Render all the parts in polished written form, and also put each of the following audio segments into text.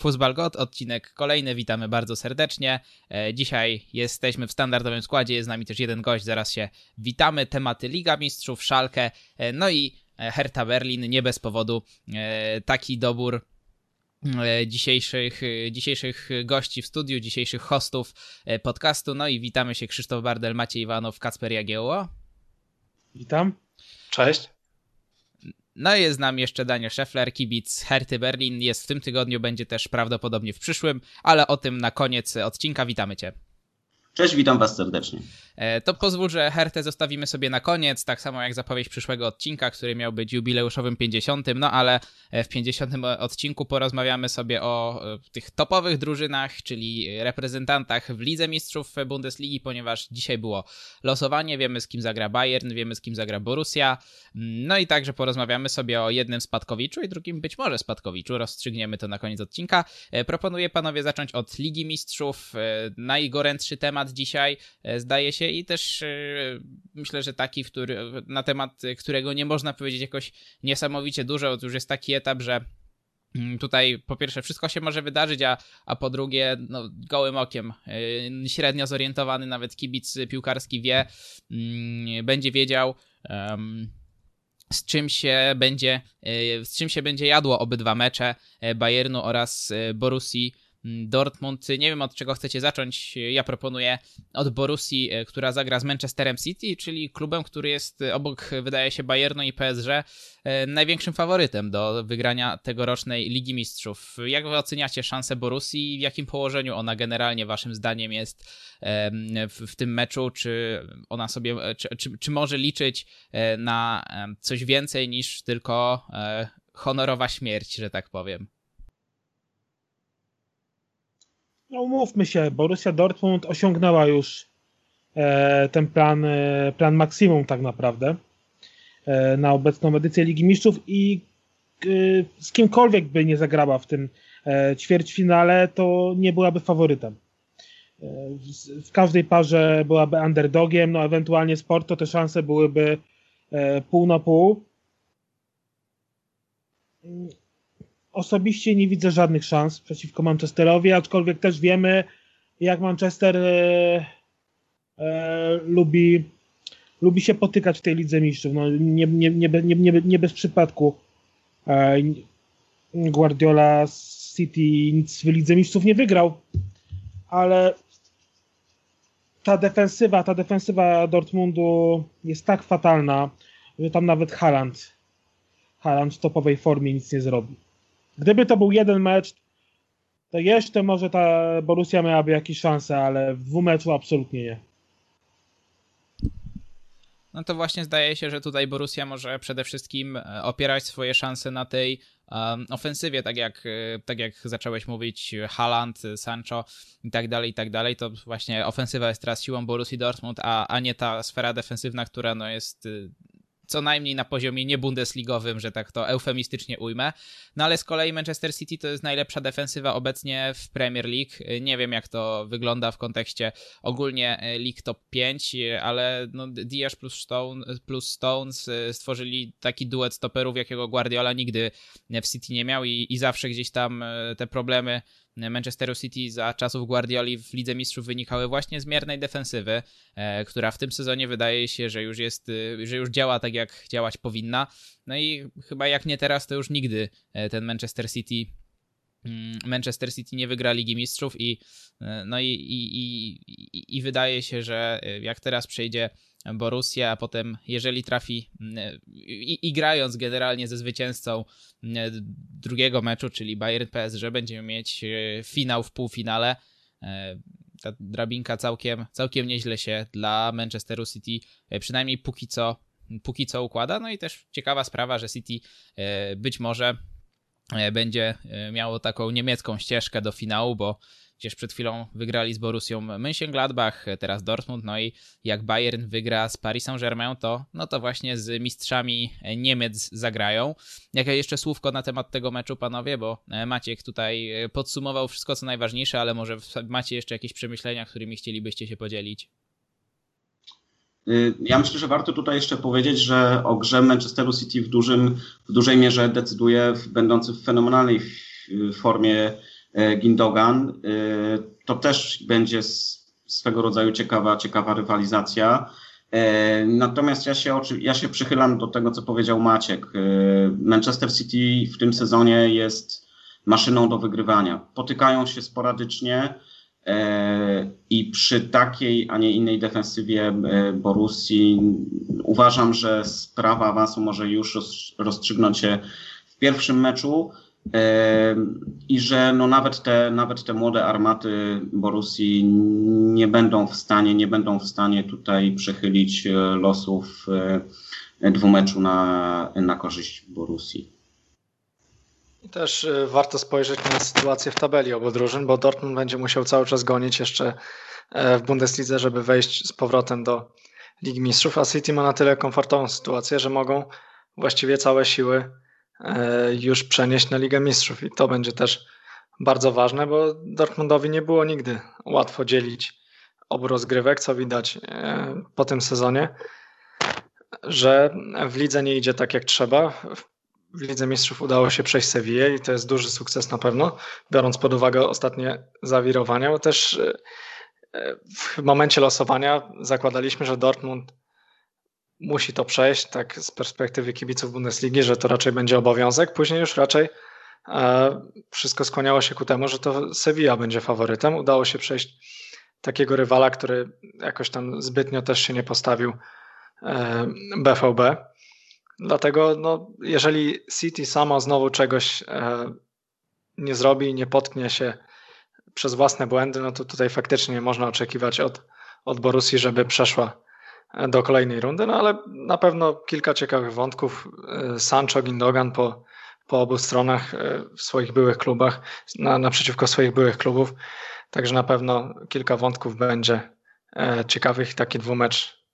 Fußball God, odcinek kolejny, witamy bardzo serdecznie. Dzisiaj jesteśmy w standardowym składzie, jest z nami też jeden gość, zaraz się witamy. Tematy Liga Mistrzów, Schalke, no i Hertha Berlin, nie bez powodu taki dobór dzisiejszych gości w studiu, dzisiejszych hostów podcastu. No i witamy się, Krzysztof Bardel, Maciej Iwanow, Kacper Jagiełło. Witam. Cześć. No i jest z nami jeszcze Daniel Scheffler, kibic Herty Berlin. Jest w tym tygodniu, będzie też prawdopodobnie w przyszłym, ale o tym na koniec odcinka. Witamy Cię. Cześć, witam Was serdecznie. To pozwól, że Hertę zostawimy sobie na koniec, tak samo jak zapowiedź przyszłego odcinka, który miał być jubileuszowym 50, no ale w 50 odcinku porozmawiamy sobie o tych topowych drużynach, czyli reprezentantach w Lidze Mistrzów Bundesligi, ponieważ dzisiaj było losowanie, wiemy z kim zagra Bayern, wiemy z kim zagra Borussia, no i także porozmawiamy sobie o jednym spadkowiczu i drugim być może spadkowiczu, rozstrzygniemy to na koniec odcinka. Proponuję panowie zacząć od Ligi Mistrzów, najgorętszy temat dzisiaj, zdaje się, i też myślę, że taki, na temat którego nie można powiedzieć jakoś niesamowicie dużo. To już jest taki etap, że tutaj po pierwsze wszystko się może wydarzyć, a po drugie no, gołym okiem średnio zorientowany nawet kibic piłkarski będzie wiedział, z czym się będzie jadło obydwa mecze Bayernu oraz Borussii Dortmund. Nie wiem, od czego chcecie zacząć. Ja proponuję od Borussii, która zagra z Manchesterem City, czyli klubem, który jest obok, wydaje się, Bayernu i PSG największym faworytem do wygrania tegorocznej Ligi Mistrzów. Jak wy oceniacie szansę Borussii i w jakim położeniu ona generalnie waszym zdaniem jest w tym meczu? Czy ona sobie, czy może liczyć na coś więcej niż tylko honorowa śmierć, że tak powiem? No umówmy się, Borussia Dortmund osiągnęła już ten plan maksimum tak naprawdę na obecną edycję Ligi Mistrzów i z kimkolwiek by nie zagrała w tym ćwierćfinale, to nie byłaby faworytem. W każdej parze byłaby underdogiem, no ewentualnie z Porto te szanse byłyby pół na pół. Osobiście nie widzę żadnych szans przeciwko Manchesterowi, aczkolwiek też wiemy, jak Manchester lubi się potykać w tej Lidze Mistrzów. No, nie bez przypadku Guardiola z City nic w Lidze Mistrzów nie wygrał, ale ta defensywa Dortmundu jest tak fatalna, że tam nawet Haaland w topowej formie nic nie zrobi. Gdyby to był jeden mecz, to jeszcze może ta Borussia miałaby jakieś szanse, ale w dwumeczu absolutnie nie. No to właśnie zdaje się, że tutaj Borussia może przede wszystkim opierać swoje szanse na tej ofensywie, tak jak zacząłeś mówić, Haaland, Sancho i tak dalej, to właśnie ofensywa jest teraz siłą Borussii Dortmund, a nie ta sfera defensywna, która no jest co najmniej na poziomie niebundesligowym, że tak to eufemistycznie ujmę. No ale z kolei Manchester City to jest najlepsza defensywa obecnie w Premier League. Nie wiem, jak to wygląda w kontekście ogólnie League Top 5, ale no Diaz plus Stones stworzyli taki duet stoperów, jakiego Guardiola nigdy w City nie miał i zawsze gdzieś tam te problemy Manchesteru City za czasów Guardioli w Lidze Mistrzów wynikały właśnie z miernej defensywy, która w tym sezonie wydaje się, że już działa tak, jak działać powinna. No i chyba jak nie teraz, to już nigdy ten Manchester City nie wygra Ligi Mistrzów i wydaje się, że jak teraz przejdzie Borussia, a potem jeżeli trafi i grając generalnie ze zwycięzcą drugiego meczu, czyli Bayern PSG, będziemy mieć finał w półfinale. Ta drabinka całkiem nieźle się dla Manchesteru City, przynajmniej póki co układa. No i też ciekawa sprawa, że City być może będzie miało taką niemiecką ścieżkę do finału, bo przecież przed chwilą wygrali z Borussią Mönchengladbach, teraz Dortmund, no i jak Bayern wygra z Paris Saint-Germain, to właśnie z mistrzami Niemiec zagrają. Jakie jeszcze słówko na temat tego meczu, panowie, bo Maciek tutaj podsumował wszystko, co najważniejsze, ale może macie jeszcze jakieś przemyślenia, którymi chcielibyście się podzielić? Ja myślę, że warto tutaj jeszcze powiedzieć, że o grze Manchesteru City w dużej mierze decyduje będący w fenomenalnej formie Gündogan. To też będzie swego rodzaju ciekawa rywalizacja. Natomiast ja się przychylam do tego, co powiedział Maciek. Manchester City w tym sezonie jest maszyną do wygrywania. Potykają się sporadycznie i przy takiej, a nie innej defensywie Borussii uważam, że sprawa awansu może już rozstrzygnąć się w pierwszym meczu i że no nawet te młode armaty Borussii nie będą w stanie tutaj przechylić losów dwumeczu na korzyść Borussii. I też warto spojrzeć na sytuację w tabeli obu drużyn, bo Dortmund będzie musiał cały czas gonić jeszcze w Bundeslidze, żeby wejść z powrotem do Ligi Mistrzów, a City ma na tyle komfortową sytuację, że mogą właściwie całe siły już przenieść na Ligę Mistrzów i to będzie też bardzo ważne, bo Dortmundowi nie było nigdy łatwo dzielić obu rozgrywek, co widać po tym sezonie, że w lidze nie idzie tak jak trzeba. W Lidze Mistrzów udało się przejść Sewillę i to jest duży sukces na pewno, biorąc pod uwagę ostatnie zawirowania, bo też w momencie losowania zakładaliśmy, że Dortmund musi to przejść, tak z perspektywy kibiców Bundesligi, że to raczej będzie obowiązek. Później już raczej wszystko skłaniało się ku temu, że to Sevilla będzie faworytem. Udało się przejść takiego rywala, który jakoś tam zbytnio też się nie postawił, BVB. Dlatego jeżeli City samo znowu czegoś nie zrobi, nie potknie się przez własne błędy, no to tutaj faktycznie można oczekiwać od Borussii, żeby przeszła do kolejnej rundy, no ale na pewno kilka ciekawych wątków. Sancho, Gündogan po obu stronach w swoich byłych klubach, naprzeciwko swoich byłych klubów, także na pewno kilka wątków będzie ciekawych. Taki dwumecz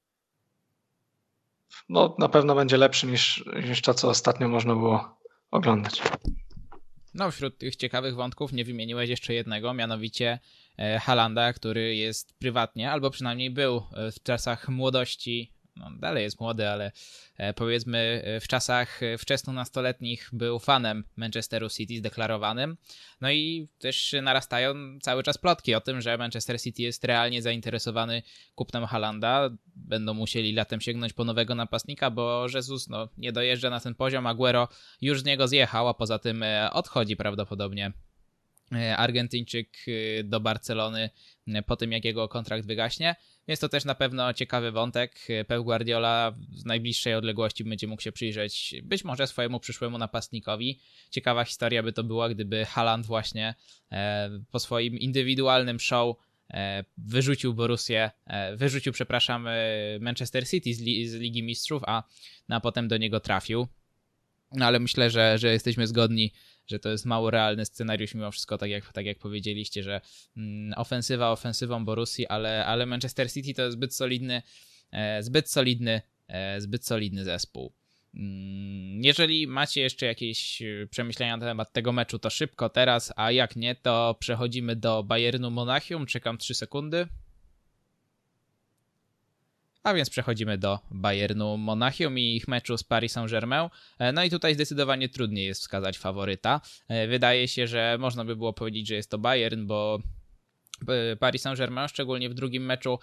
na pewno będzie lepszy niż to, co ostatnio można było oglądać. No, wśród tych ciekawych wątków nie wymieniłeś jeszcze jednego, mianowicie Haalanda, który jest prywatnie, albo przynajmniej był w czasach młodości, dalej jest młody, ale powiedzmy w czasach wczesnonastoletnich był fanem Manchesteru City zdeklarowanym. No i też narastają cały czas plotki o tym, że Manchester City jest realnie zainteresowany kupnem Haalanda. Będą musieli latem sięgnąć po nowego napastnika, bo Jesus nie dojeżdża na ten poziom, Aguero już z niego zjechał, a poza tym odchodzi prawdopodobnie Argentyńczyk do Barcelony po tym, jak jego kontrakt wygaśnie. Jest to też na pewno ciekawy wątek. Pep Guardiola z najbliższej odległości będzie mógł się przyjrzeć być może swojemu przyszłemu napastnikowi. Ciekawa historia by to była, gdyby Haaland właśnie po swoim indywidualnym show wyrzucił Manchester City z Ligi Mistrzów, a potem do niego trafił. No ale myślę, że jesteśmy zgodni, że to jest mało realny scenariusz mimo wszystko, tak jak powiedzieliście, że ofensywa ofensywą Borussii, ale Manchester City to jest zbyt solidny zespół. Jeżeli macie jeszcze jakieś przemyślenia na temat tego meczu, to szybko teraz, a jak nie, to przechodzimy do Bayernu Monachium. Czekam 3 sekundy. A więc przechodzimy do Bayernu Monachium i ich meczu z Paris Saint-Germain. No i tutaj zdecydowanie trudniej jest wskazać faworyta. Wydaje się, że można by było powiedzieć, że jest to Bayern, bo Paris Saint-Germain, szczególnie w drugim meczu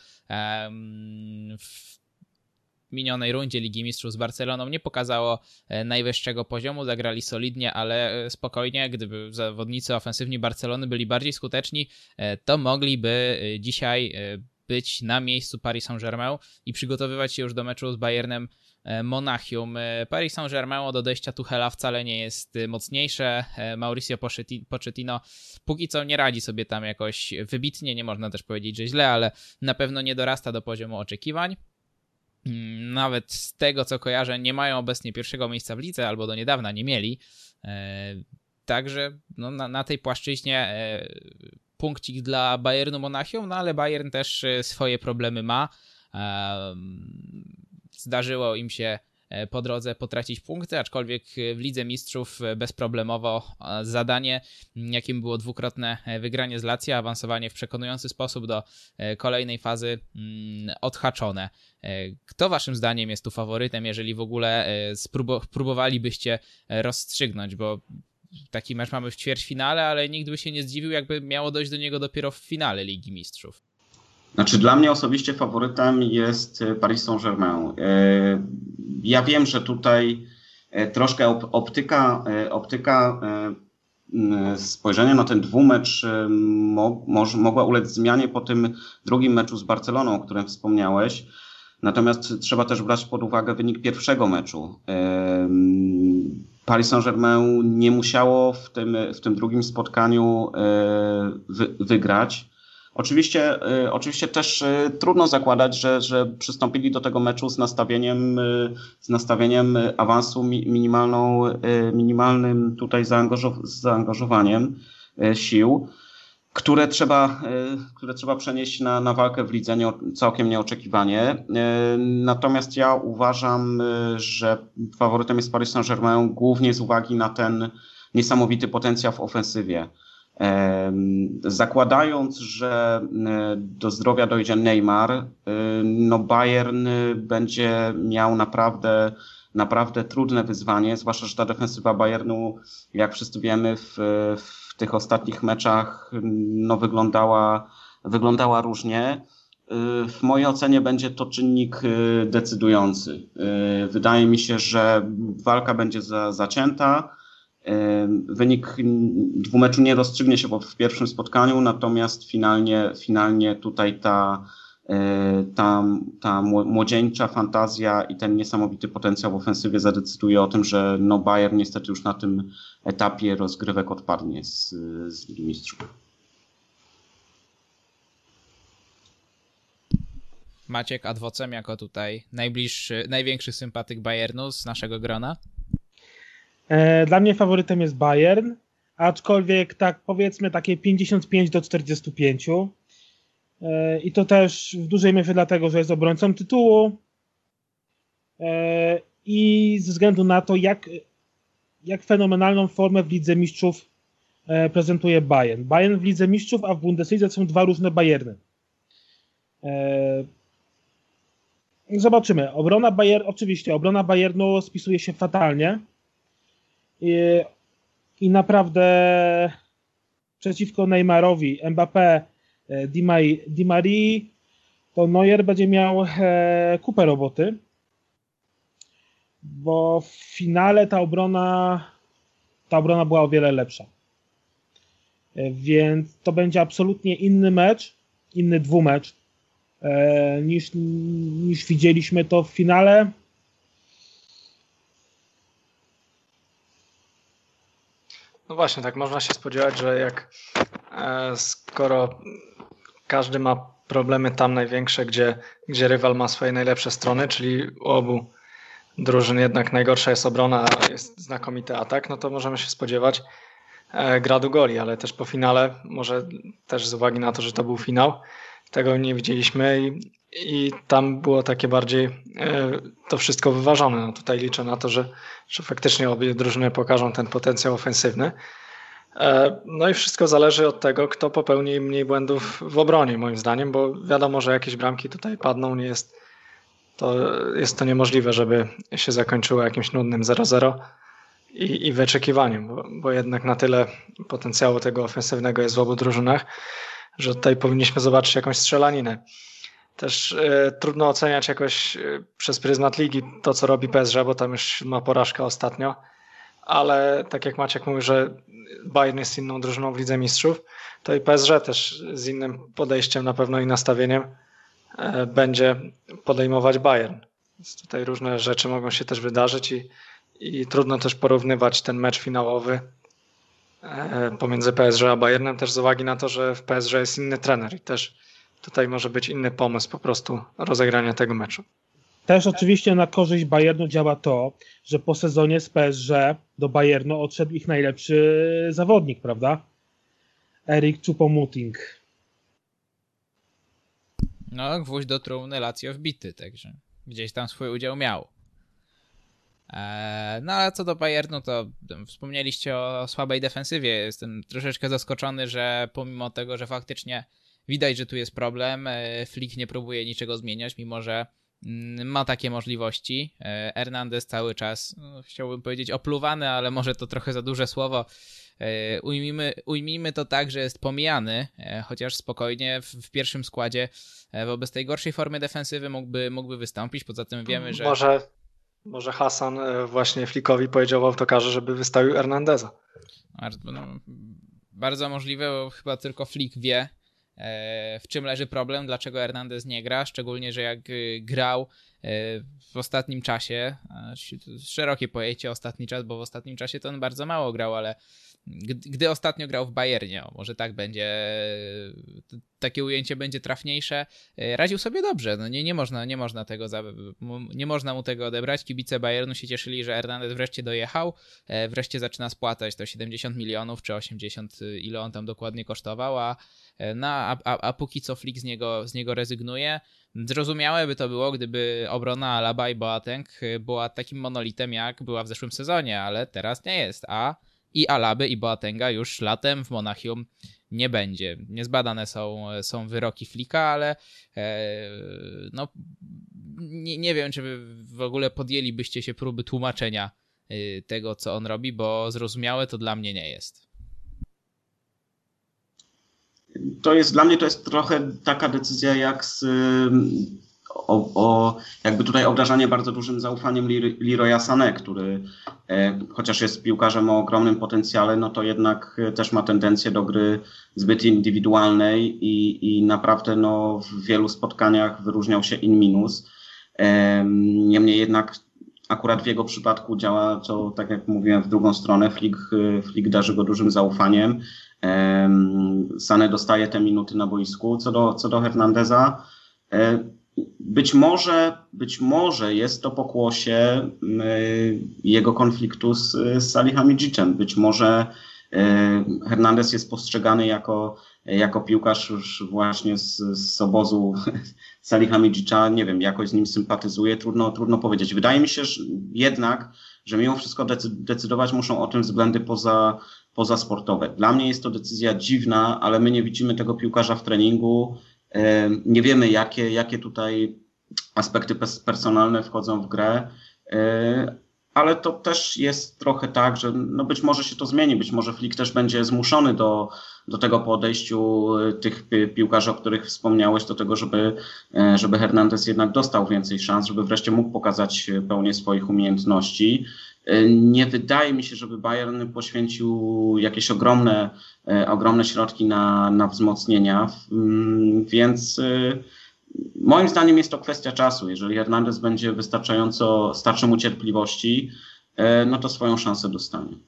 w minionej rundzie Ligi Mistrzów z Barceloną, nie pokazało najwyższego poziomu. Zagrali solidnie, ale spokojnie. Gdyby zawodnicy ofensywni Barcelony byli bardziej skuteczni, to mogliby dzisiaj być na miejscu Paris Saint-Germain i przygotowywać się już do meczu z Bayernem Monachium. Paris Saint-Germain od odejścia Tuchela wcale nie jest mocniejsze. Mauricio Pochettino póki co nie radzi sobie tam jakoś wybitnie, nie można też powiedzieć, że źle, ale na pewno nie dorasta do poziomu oczekiwań. Nawet z tego, co kojarzę, nie mają obecnie pierwszego miejsca w lidze, albo do niedawna nie mieli. Także na tej płaszczyźnie punkcik dla Bayernu Monachium, ale Bayern też swoje problemy ma. Zdarzyło im się po drodze potracić punkty, aczkolwiek w Lidze Mistrzów bezproblemowo zadanie, jakim było dwukrotne wygranie z Lazio, awansowanie w przekonujący sposób do kolejnej fazy, odhaczone. Kto waszym zdaniem jest tu faworytem, jeżeli w ogóle próbowalibyście rozstrzygnąć, bo taki mecz mamy w ćwierćfinale, ale nikt by się nie zdziwił, jakby miało dojść do niego dopiero w finale Ligi Mistrzów. Znaczy dla mnie osobiście faworytem jest Paris Saint-Germain. Ja wiem, że tutaj troszkę optyka spojrzenia na ten dwumecz mogła ulec zmianie po tym drugim meczu z Barceloną, o którym wspomniałeś. Natomiast trzeba też brać pod uwagę wynik pierwszego meczu. Paris Saint-Germain nie musiało w tym drugim spotkaniu wygrać. Oczywiście też trudno zakładać, że przystąpili do tego meczu z nastawieniem awansu minimalnym tutaj zaangażowaniem sił, które trzeba przenieść na walkę w lidze całkiem nieoczekiwanie. Natomiast ja uważam, że faworytem jest Paris Saint-Germain głównie z uwagi na ten niesamowity potencjał w ofensywie. Zakładając, że do zdrowia dojdzie Neymar, no Bayern będzie miał naprawdę trudne wyzwanie, zwłaszcza, że ta defensywa Bayernu, jak wszyscy wiemy, w tych ostatnich meczach no wyglądała różnie. W mojej ocenie będzie to czynnik decydujący. Wydaje mi się, że walka będzie zacięta. Wynik dwumeczu nie rozstrzygnie się w pierwszym spotkaniu, natomiast finalnie tutaj ta młodzieńcza fantazja i ten niesamowity potencjał w ofensywie zadecyduje o tym, że no Bayern niestety już na tym etapie rozgrywek odpadnie z Ligi Mistrzów. Maciek adwocem jako tutaj największy sympatyk Bayernu z naszego grona? Dla mnie faworytem jest Bayern, aczkolwiek tak powiedzmy takie 55-45. I to też w dużej mierze dlatego, że jest obrońcą tytułu i ze względu na to, jak fenomenalną formę w Lidze Mistrzów prezentuje Bayern. Bayern w Lidze Mistrzów, a w Bundeslidze są dwa różne Bayerny. Zobaczymy. Obrona Bayernu spisuje się fatalnie i naprawdę przeciwko Neymarowi, Mbappé, Di Marii, to Neuer będzie miał kupę roboty, bo w finale ta obrona była o wiele lepsza. Więc to będzie absolutnie inny dwumecz niż widzieliśmy to w finale. No właśnie, tak można się spodziewać, że skoro każdy ma problemy tam największe, gdzie rywal ma swoje najlepsze strony, czyli u obu drużyn jednak najgorsza jest obrona, a jest znakomity atak, no to możemy się spodziewać gradu goli, ale też po finale, może też z uwagi na to, że to był finał, tego nie widzieliśmy i tam było takie bardziej to wszystko wyważone. No tutaj liczę na to, że faktycznie obie drużyny pokażą ten potencjał ofensywny. No i wszystko zależy od tego, kto popełni mniej błędów w obronie, moim zdaniem, bo wiadomo, że jakieś bramki tutaj padną, jest to niemożliwe, żeby się zakończyło jakimś nudnym 0-0 i wyczekiwaniem, bo jednak na tyle potencjału tego ofensywnego jest w obu drużynach, że tutaj powinniśmy zobaczyć jakąś strzelaninę. Też trudno oceniać jakoś przez pryzmat ligi to, co robi PSG, bo tam już ma porażkę ostatnio, ale tak jak Maciek mówi, że Bayern jest inną drużyną w Lidze Mistrzów, to i PSG też z innym podejściem na pewno i nastawieniem będzie podejmować Bayern. Więc tutaj różne rzeczy mogą się też wydarzyć i trudno też porównywać ten mecz finałowy pomiędzy PSG a Bayernem, też z uwagi na to, że w PSG jest inny trener i też tutaj może być inny pomysł po prostu rozegrania tego meczu. Też oczywiście na korzyść Bayernu działa to, że po sezonie z PSG do Bayernu odszedł ich najlepszy zawodnik, prawda? Erik Choupo-Moting. No, gwóźdź do trumny Lazio wbity, także gdzieś tam swój udział miał. No ale co do Bayernu, to wspomnieliście o słabej defensywie. Jestem troszeczkę zaskoczony, że pomimo tego, że faktycznie widać, że tu jest problem, Flick nie próbuje niczego zmieniać, mimo że ma takie możliwości. Hernandez cały czas, chciałbym powiedzieć opluwany, ale może to trochę za duże słowo. Ujmijmy to tak, że jest pomijany, chociaż spokojnie w pierwszym składzie wobec tej gorszej formy defensywy mógłby wystąpić. Poza tym wiemy, że... Może Hasan właśnie Flickowi powiedział w autokarze, żeby wystawił Hernandeza. Bardzo możliwe, bo chyba tylko Flick wie, w czym leży problem, dlaczego Hernandez nie gra, szczególnie, że jak grał w ostatnim czasie, szerokie pojęcie ostatni czas, bo w ostatnim czasie to on bardzo mało grał, ale gdy ostatnio grał w Bayernie, może tak będzie, takie ujęcie będzie trafniejsze, radził sobie dobrze, no nie można mu tego odebrać. Kibice Bayernu się cieszyli, że Hernandez wreszcie dojechał, wreszcie zaczyna spłacać to 70 milionów czy 80, ile on tam dokładnie kosztował, a póki co Flick z niego rezygnuje. Zrozumiałe by to było, gdyby obrona Alaba i Boateng była takim monolitem, jak była w zeszłym sezonie, ale teraz nie jest, i Alaby i Boatenga już latem w Monachium nie będzie. Niezbadane są wyroki Flicka, ale no, nie wiem, czy wy w ogóle podjęlibyście się próby tłumaczenia tego, co on robi, bo zrozumiałe to dla mnie nie jest. Dla mnie to jest trochę taka decyzja jak jakby tutaj obdarzanie bardzo dużym zaufaniem Leroya Sané, który chociaż jest piłkarzem o ogromnym potencjale, no to jednak też ma tendencję do gry zbyt indywidualnej i naprawdę no, w wielu spotkaniach wyróżniał się in minus. Niemniej jednak akurat w jego przypadku działa to, tak jak mówiłem, w drugą stronę. Flick darzy go dużym zaufaniem. Sané dostaje te minuty na boisku. Co do Hernandeza, być może jest to pokłosie jego konfliktu z Salihamidzicem. Być może Hernandez jest postrzegany jako piłkarz już właśnie z obozu Salihamidzicza. Nie wiem, jakoś z nim sympatyzuje. Trudno powiedzieć. Wydaje mi się że jednak, że mimo wszystko decydować muszą o tym względy pozasportowe. Dla mnie jest to decyzja dziwna, ale my nie widzimy tego piłkarza w treningu. Nie wiemy, jakie tutaj aspekty personalne wchodzą w grę, ale to też jest trochę tak, że no być może się to zmieni, być może Flick też będzie zmuszony do tego po odejściu tych piłkarzy, o których wspomniałeś, do tego, żeby Hernandez jednak dostał więcej szans, żeby wreszcie mógł pokazać pełnię swoich umiejętności. Nie wydaje mi się, żeby Bayern poświęcił jakieś ogromne środki na wzmocnienia, więc moim zdaniem jest to kwestia czasu. Jeżeli Hernandez będzie starczy mu cierpliwości, no to swoją szansę dostanie.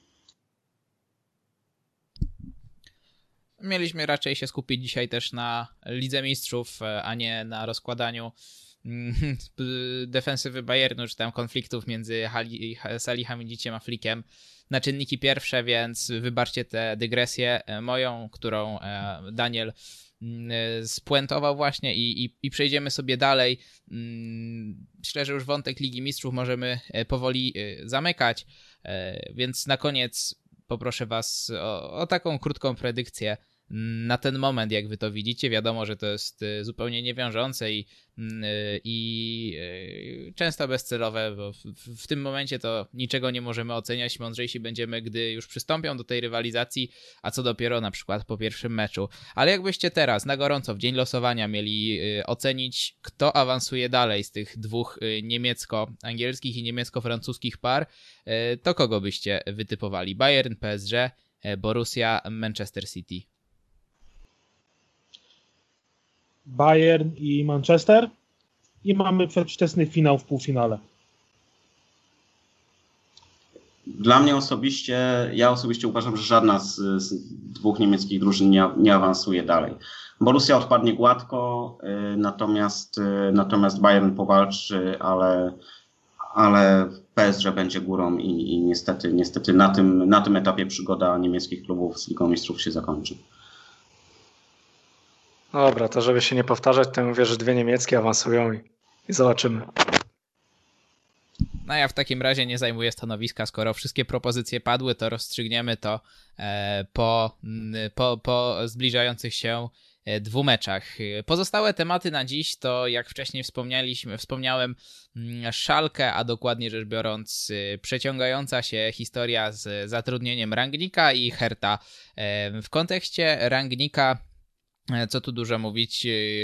Mieliśmy raczej się skupić dzisiaj też na Lidze Mistrzów, a nie na rozkładaniu defensywy Bayernu, czy tam konfliktów między Salihamidziciem a Flickiem na czynniki pierwsze, więc wybaczcie tę dygresję moją, którą Daniel spuentował właśnie i przejdziemy sobie dalej. Myślę, że już wątek Ligi Mistrzów możemy powoli zamykać, więc na koniec poproszę was o taką krótką predykcję na ten moment, jak wy to widzicie. Wiadomo, że to jest zupełnie niewiążące i często bezcelowe, bo w tym momencie to niczego nie możemy oceniać. Mądrzejsi będziemy, gdy już przystąpią do tej rywalizacji, a co dopiero na przykład po pierwszym meczu. Ale jakbyście teraz na gorąco w dzień losowania mieli ocenić, kto awansuje dalej z tych dwóch niemiecko-angielskich i niemiecko-francuskich par, to kogo byście wytypowali? Bayern, PSG, Borussia, Manchester City. Bayern i Manchester i mamy przedwczesny finał w półfinale. Dla mnie ja osobiście uważam, że żadna z dwóch niemieckich drużyn nie awansuje dalej. Borussia odpadnie gładko, natomiast Bayern powalczy, ale PSG będzie górą i niestety na tym etapie przygoda niemieckich klubów z Ligą Mistrzów się zakończy. Dobra, to żeby się nie powtarzać, to mówię, że dwie niemieckie awansują i zobaczymy. No ja w takim razie nie zajmuję stanowiska, skoro wszystkie propozycje padły, to rozstrzygniemy to po zbliżających się 2 meczach. Pozostałe tematy na dziś to, jak wcześniej wspomniałem, Schalke, a dokładnie rzecz biorąc przeciągająca się historia z zatrudnieniem Rangnicka i Hertha. W kontekście Rangnicka, co tu dużo mówić,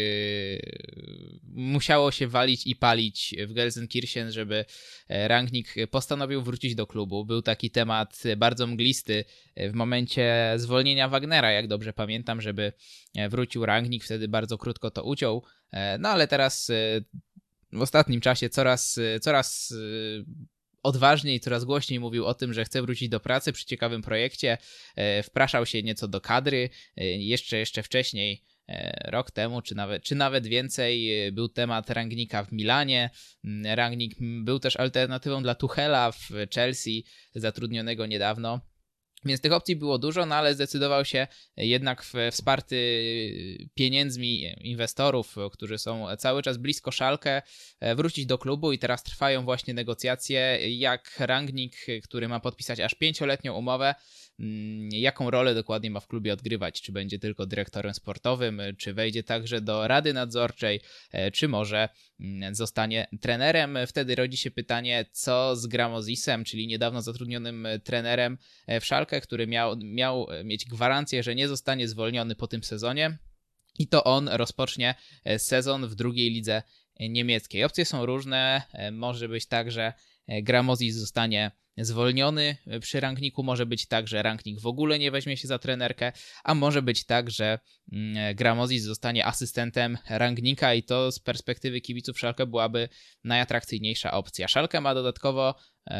musiało się walić i palić w Gelsenkirchen, żeby Rangnick postanowił wrócić do klubu. Był taki temat bardzo mglisty w momencie zwolnienia Wagnera, jak dobrze pamiętam, żeby wrócił Rangnick, wtedy bardzo krótko to uciął. No ale teraz w ostatnim czasie coraz odważniej, coraz głośniej mówił o tym, że chce wrócić do pracy przy ciekawym projekcie. Wpraszał się nieco do kadry. Jeszcze wcześniej, rok temu, czy nawet więcej, był temat Rangnicka w Milanie. Rangnick był też alternatywą dla Tuchela w Chelsea, zatrudnionego niedawno. Więc tych opcji było dużo, no ale zdecydował się jednak wsparty pieniędzmi inwestorów, którzy są cały czas blisko Schalke, wrócić do klubu i teraz trwają właśnie negocjacje, jak Rangnick, który ma podpisać aż 5-letnią umowę, jaką rolę dokładnie ma w klubie odgrywać, czy będzie tylko dyrektorem sportowym, czy wejdzie także do rady nadzorczej, czy może zostanie trenerem. Wtedy rodzi się pytanie, co z Gramozisem, czyli niedawno zatrudnionym trenerem w Schalke, który miał mieć gwarancję, że nie zostanie zwolniony po tym sezonie i to on rozpocznie sezon w drugiej lidze niemieckiej. Opcje są różne, może być tak, że Gramozis zostanie zwolniony przy Rangnicku, może być tak, że Rangnick w ogóle nie weźmie się za trenerkę, a może być tak, że Gramozis zostanie asystentem Rangnicka i to z perspektywy kibiców Schalke byłaby najatrakcyjniejsza opcja. Schalke ma dodatkowo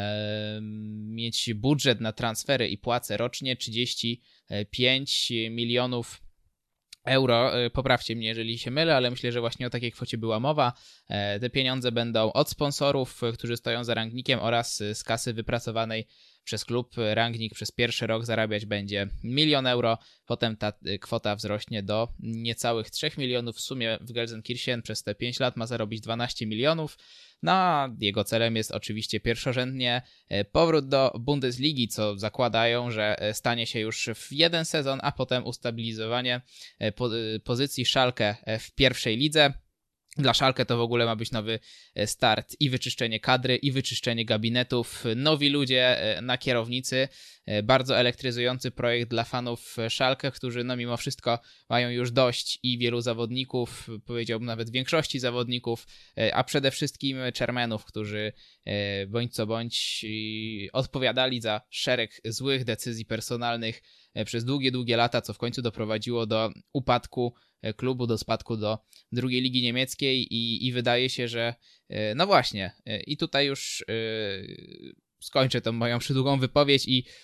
mieć budżet na transfery i płace rocznie 35 milionów euro. Poprawcie mnie, jeżeli się mylę, ale myślę, że właśnie o takiej kwocie była mowa. Te pieniądze będą od sponsorów, którzy stoją za Rangnickiem, oraz z kasy wypracowanej przez klub. Rangnick przez pierwszy rok zarabiać będzie 1 milion euro, potem ta kwota wzrośnie do niecałych 3 milionów. W sumie w Gelsenkirchen przez te 5 lat ma zarobić 12 milionów. No a jego celem jest oczywiście pierwszorzędnie powrót do Bundesligi, co zakładają, że stanie się już w jeden sezon, a potem ustabilizowanie pozycji Schalke w pierwszej lidze. Dla Schalke to w ogóle ma być nowy start i wyczyszczenie kadry, i wyczyszczenie gabinetów, nowi ludzie na kierownicy, bardzo elektryzujący projekt dla fanów Schalke, którzy no mimo wszystko mają już dość i wielu zawodników, powiedziałbym nawet większości zawodników, a przede wszystkim chairmanów, którzy bądź co bądź odpowiadali za szereg złych decyzji personalnych przez długie lata, co w końcu doprowadziło do upadku klubu, do spadku do drugiej ligi niemieckiej i wydaje się, że no właśnie, i tutaj już skończę tą moją przydługą wypowiedź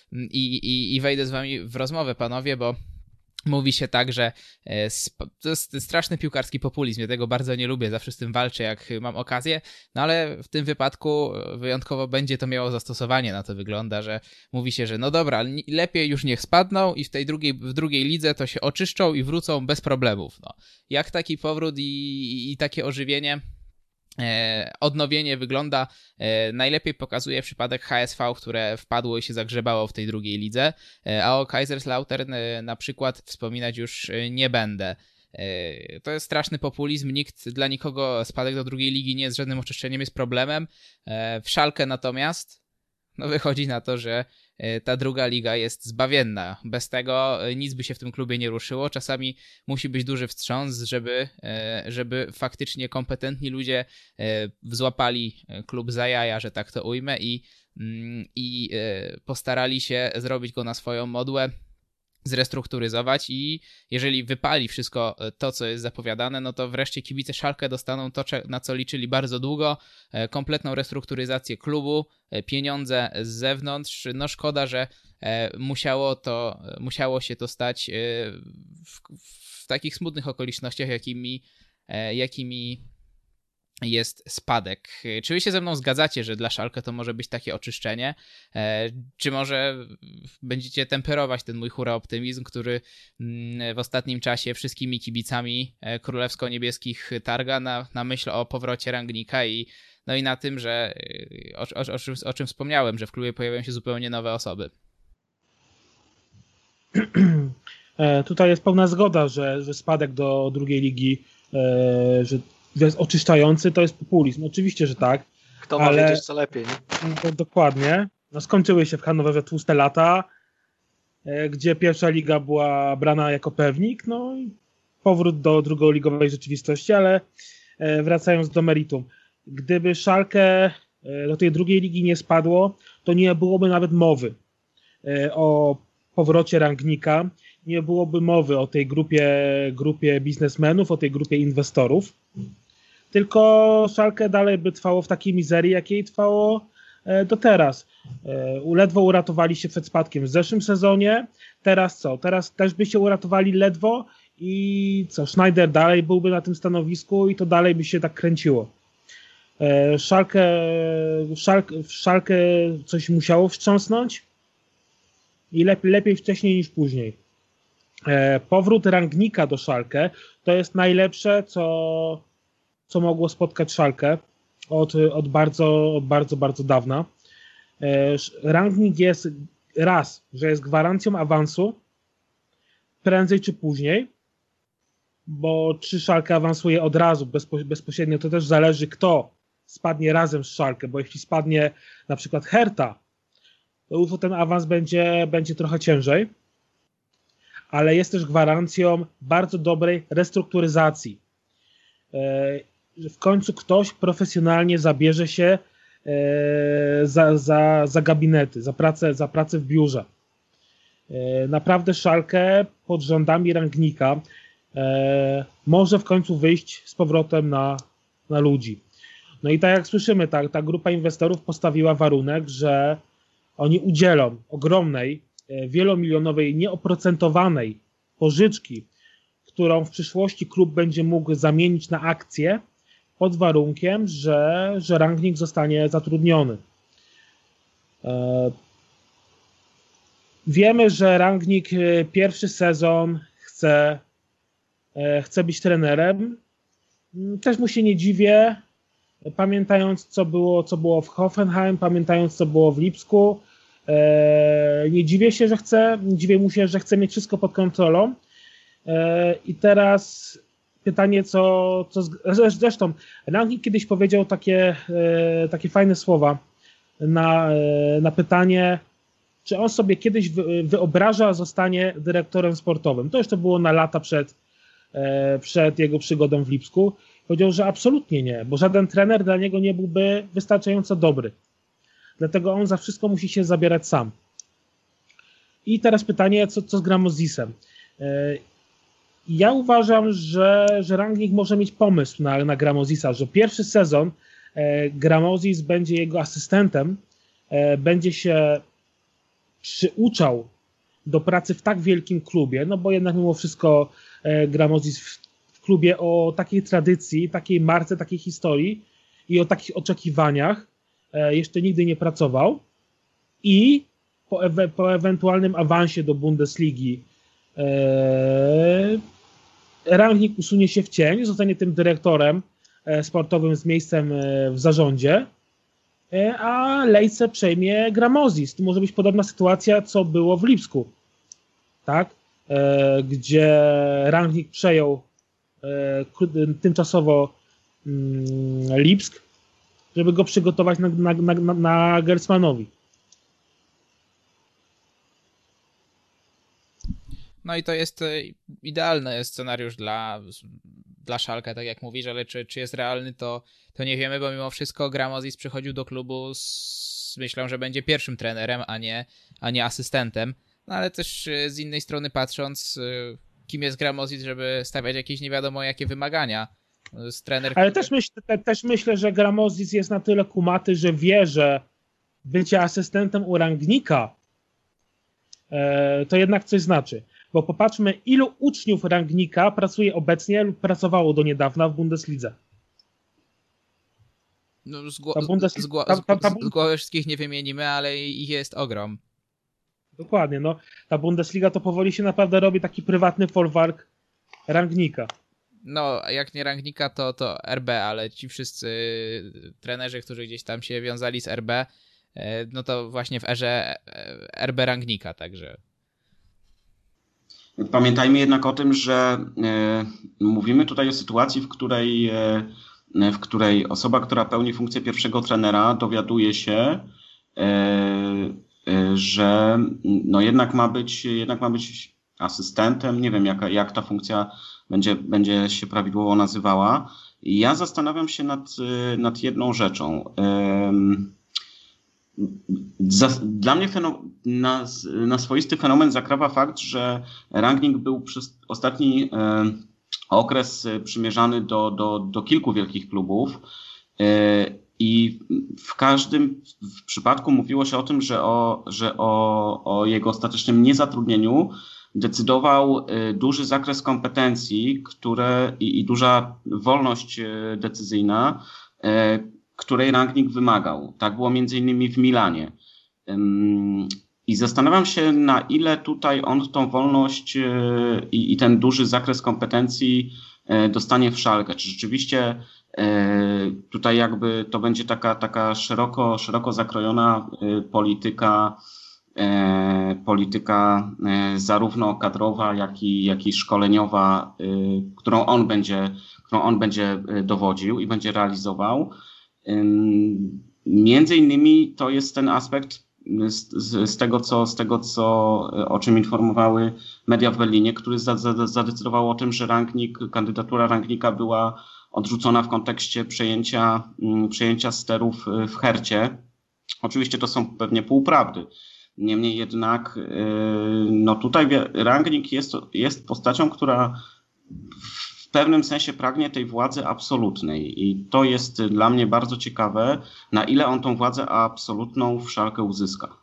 i wejdę z wami w rozmowę, panowie, bo mówi się tak, że to jest straszny piłkarski populizm, ja tego bardzo nie lubię, zawsze z tym walczę, jak mam okazję, no ale w tym wypadku wyjątkowo będzie to miało zastosowanie. Na to wygląda, że mówi się, że no dobra, lepiej już niech spadną i w drugiej lidze to się oczyszczą i wrócą bez problemów. No. Jak taki powrót i takie ożywienie, odnowienie wygląda, najlepiej pokazuje przypadek HSV, które wpadło i się zagrzebało w tej drugiej lidze, a o Kaiserslautern na przykład wspominać już nie będę. To jest straszny populizm, dla nikogo spadek do drugiej ligi nie jest żadnym oczyszczeniem, jest problemem. W Schalke natomiast no wychodzi na to, że ta druga liga jest zbawienna. Bez tego nic by się w tym klubie nie ruszyło. Czasami musi być duży wstrząs, żeby faktycznie kompetentni ludzie złapali klub za jaja, że tak to ujmę, i postarali się zrobić go na swoją modłę, zrestrukturyzować, i jeżeli wypali wszystko to, co jest zapowiadane, no to wreszcie kibice Schalke dostaną to, na co liczyli bardzo długo, kompletną restrukturyzację klubu, pieniądze z zewnątrz. No szkoda, że musiało się to stać w takich smutnych okolicznościach, jakimi jest spadek. Czy wy się ze mną zgadzacie, że dla Schalke to może być takie oczyszczenie? Czy może będziecie temperować ten mój hura optymizm, który w ostatnim czasie wszystkimi kibicami królewsko-niebieskich targa na myśl o powrocie Rangnicka i na tym, że o czym wspomniałem, że w klubie pojawiają się zupełnie nowe osoby? Tutaj jest pełna zgoda, że spadek do drugiej ligi, że jest oczyszczający, to jest populizm. Oczywiście, że tak. Kto ma wiedzieć, co lepiej, nie? Dokładnie. No, skończyły się w Hannowerze tłuste lata, gdzie pierwsza liga była brana jako pewnik, no i powrót do drugoligowej rzeczywistości, ale wracając do meritum. Gdyby Schalke do tej drugiej ligi nie spadło, to nie byłoby nawet mowy o powrocie Rangnika, nie byłoby mowy o tej grupie biznesmenów, o tej grupie inwestorów, tylko Schalke dalej by trwało w takiej mizerii, jakiej trwało do teraz. Ledwo uratowali się przed spadkiem w zeszłym sezonie, teraz co? Teraz też by się uratowali ledwo i co? Schneider dalej byłby na tym stanowisku i to dalej by się tak kręciło. Schalke coś musiało wstrząsnąć i lepiej wcześniej niż później. Powrót Rangnika do Schalke to jest najlepsze, co mogło spotkać Schalke od bardzo dawna. Rangnick jest że jest gwarancją awansu prędzej czy później, bo czy Schalke awansuje od razu bezpośrednio, to też zależy, kto spadnie razem z Schalke, bo jeśli spadnie na przykład Hertha, to ten awans będzie trochę ciężej, ale jest też gwarancją bardzo dobrej restrukturyzacji. W końcu ktoś profesjonalnie zabierze się za gabinety, za pracę w biurze. Naprawdę Schalke pod rządami Rangnicka może w końcu wyjść z powrotem na ludzi. No i tak jak słyszymy, ta grupa inwestorów postawiła warunek, że oni udzielą ogromnej, wielomilionowej, nieoprocentowanej pożyczki, którą w przyszłości klub będzie mógł zamienić na akcje pod warunkiem, że Rangnick zostanie zatrudniony. Wiemy, że Rangnick pierwszy sezon chce być trenerem. Też mu się nie dziwię, pamiętając co było w Hoffenheim, pamiętając co było w Lipsku. Nie dziwię mu się, że chce mieć wszystko pod kontrolą. I teraz pytanie, zresztą Rangnick kiedyś powiedział takie fajne słowa na pytanie, czy on sobie kiedyś wyobraża zostanie dyrektorem sportowym. To jeszcze było na lata przed jego przygodą w Lipsku. Powiedział, że absolutnie nie, bo żaden trener dla niego nie byłby wystarczająco dobry. Dlatego on za wszystko musi się zabierać sam. I teraz pytanie, co z Gramozisem? Ja uważam, że Rangnick może mieć pomysł na Gramozisa, że pierwszy sezon Gramozis będzie jego asystentem, będzie się przyuczał do pracy w tak wielkim klubie, no bo jednak mimo wszystko Gramozis w klubie o takiej tradycji, takiej marce, takiej historii i o takich oczekiwaniach jeszcze nigdy nie pracował i po ewentualnym awansie do Bundesligi Rangnick usunie się w cień, zostanie tym dyrektorem sportowym z miejscem w zarządzie, a Lejce przejmie Gramozis. Tu może być podobna sytuacja, co było w Lipsku, tak? Gdzie Rangnick przejął tymczasowo Lipsk, żeby go przygotować na Gerstmanowi. No i to jest idealny scenariusz dla Schalke, tak jak mówisz, ale czy jest realny, to nie wiemy, bo mimo wszystko Gramozis przychodził do klubu myślą, że będzie pierwszym trenerem, a nie asystentem. No ale też z innej strony patrząc, kim jest Gramozis, żeby stawiać jakieś nie wiadomo jakie wymagania. Ale też myślę, że Gramozis jest na tyle kumaty, że wie, że bycie asystentem u Rangnicka to jednak coś znaczy. Bo popatrzmy, ilu uczniów Rangnicka pracuje obecnie lub pracowało do niedawna w Bundeslidze. No, z głowy wszystkich nie wymienimy, ale ich jest ogrom. Dokładnie, no. Ta Bundesliga to powoli się naprawdę robi taki prywatny folwark Rangnicka. No, jak nie Rangnicka, to RB, ale ci wszyscy trenerzy, którzy gdzieś tam się wiązali z RB, no to właśnie w erze RB Rangnicka, także... Pamiętajmy jednak o tym, że mówimy tutaj o sytuacji, w której osoba, która pełni funkcję pierwszego trenera, dowiaduje się, że no jednak ma być asystentem. Nie wiem, jak ta funkcja będzie się prawidłowo nazywała. I ja zastanawiam się nad jedną rzeczą. Dla mnie na swoisty fenomen zakrawa fakt, że Rangnick był przez ostatni okres przymierzany do kilku wielkich klubów i w każdym przypadku mówiło się o tym, że o jego ostatecznym niezatrudnieniu decydował duży zakres kompetencji, i duża wolność decyzyjna, której Rangnick wymagał. Tak było między innymi w Milanie. I zastanawiam się, na ile tutaj on tą wolność i ten duży zakres kompetencji dostanie w Schalke. Czy rzeczywiście tutaj jakby to będzie taka szeroko zakrojona polityka zarówno kadrowa, jak i szkoleniowa, którą on będzie dowodził i będzie realizował. Między innymi to jest ten aspekt z tego, o czym informowały media w Berlinie, który zadecydował o tym, że kandydatura Rangnicka była odrzucona w kontekście przejęcia sterów w Hercie. Oczywiście to są pewnie półprawdy. Niemniej jednak no tutaj Rangnick jest postacią, która w pewnym sensie pragnie tej władzy absolutnej i to jest dla mnie bardzo ciekawe, na ile on tą władzę absolutną w Schalke uzyska.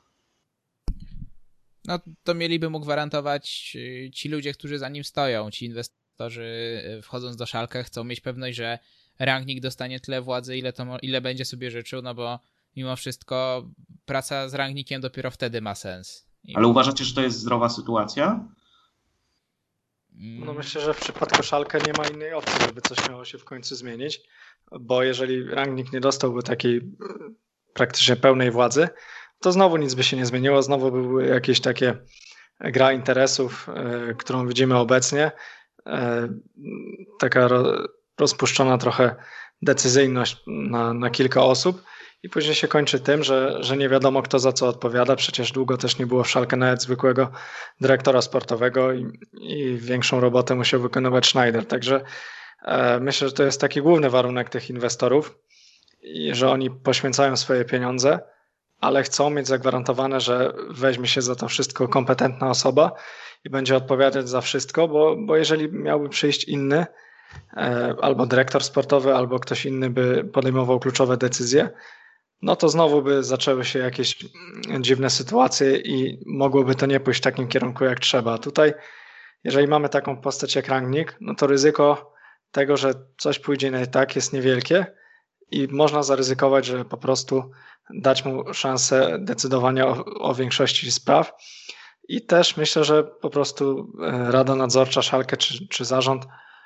No to mieliby mu gwarantować ci ludzie, którzy za nim stoją, ci inwestorzy wchodząc do Schalke chcą mieć pewność, że Rangnick dostanie tyle władzy, ile będzie sobie życzył, no bo mimo wszystko praca z Rangnickiem dopiero wtedy ma sens. Ale uważacie, że to jest zdrowa sytuacja? No myślę, że w przypadku Schalke nie ma innej opcji, żeby coś miało się w końcu zmienić, bo jeżeli Rangnick nie dostałby takiej praktycznie pełnej władzy, to znowu nic by się nie zmieniło, znowu by były jakieś takie gra interesów, którą widzimy obecnie, taka rozpuszczona trochę decyzyjność na kilka osób i później się kończy tym, że nie wiadomo kto za co odpowiada. Przecież długo też nie było w Schalke nawet zwykłego dyrektora sportowego i większą robotę musiał wykonywać Schneider. Także myślę, że to jest taki główny warunek tych inwestorów, i że oni poświęcają swoje pieniądze, ale chcą mieć zagwarantowane, że weźmie się za to wszystko kompetentna osoba i będzie odpowiadać za wszystko, bo jeżeli miałby przyjść inny, albo dyrektor sportowy, albo ktoś inny by podejmował kluczowe decyzje, no to znowu by zaczęły się jakieś dziwne sytuacje i mogłoby to nie pójść w takim kierunku jak trzeba. Tutaj, jeżeli mamy taką postać jak Rangnick, no to ryzyko tego, że coś pójdzie nie tak, jest niewielkie i można zaryzykować, że po prostu dać mu szansę decydowania o większości spraw. I też myślę, że po prostu Rada Nadzorcza Schalke czy zarząd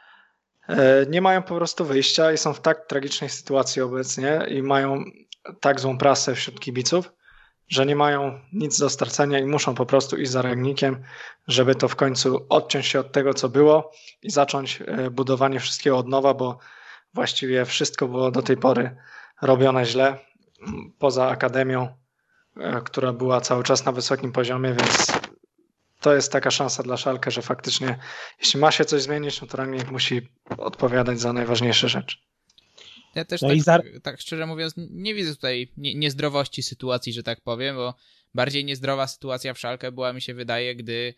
nie mają po prostu wyjścia i są w tak tragicznej sytuacji obecnie i mają tak złą prasę wśród kibiców, że nie mają nic do stracenia i muszą po prostu iść za Rangnickiem, żeby to w końcu odciąć się od tego, co było i zacząć budowanie wszystkiego od nowa, bo właściwie wszystko było do tej pory robione źle, poza akademią, która była cały czas na wysokim poziomie, więc to jest taka szansa dla Schalke, że faktycznie jeśli ma się coś zmienić, no to Rangnick musi odpowiadać za najważniejsze rzeczy. Ja też tak szczerze mówiąc nie widzę tutaj niezdrowości sytuacji, że tak powiem, bo bardziej niezdrowa sytuacja w Schalke była, mi się wydaje,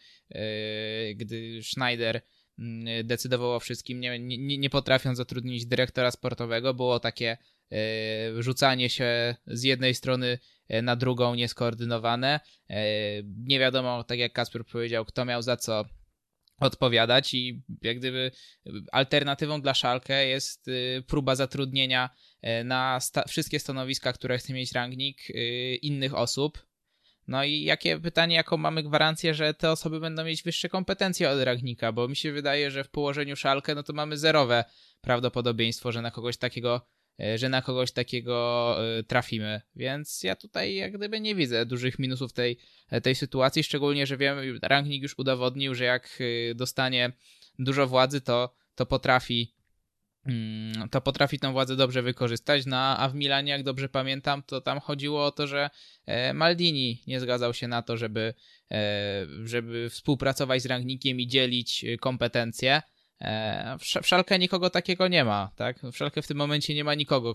gdy Schneider decydował o wszystkim, nie potrafiąc zatrudnić dyrektora sportowego, było takie rzucanie się z jednej strony na drugą nieskoordynowane. Nie wiadomo, tak jak Kasper powiedział, kto miał za co odpowiadać i jak gdyby alternatywą dla Schalke jest próba zatrudnienia na wszystkie stanowiska, które chce mieć Rangnick, innych osób. No i jaką mamy gwarancję, że te osoby będą mieć wyższe kompetencje od Rangnicka, bo mi się wydaje, że w położeniu Schalke no to mamy zerowe prawdopodobieństwo, że na kogoś takiego że na kogoś takiego trafimy, więc ja tutaj jak gdyby nie widzę dużych minusów tej sytuacji, szczególnie, że wiem, Rangnick już udowodnił, że jak dostanie dużo władzy, to potrafi tą władzę dobrze wykorzystać, no a w Milanie, jak dobrze pamiętam, to tam chodziło o to, że Maldini nie zgadzał się na to, żeby współpracować z Rangnickiem i dzielić kompetencje. W Schalke nikogo takiego nie ma, tak? W Schalke w tym momencie nie ma nikogo,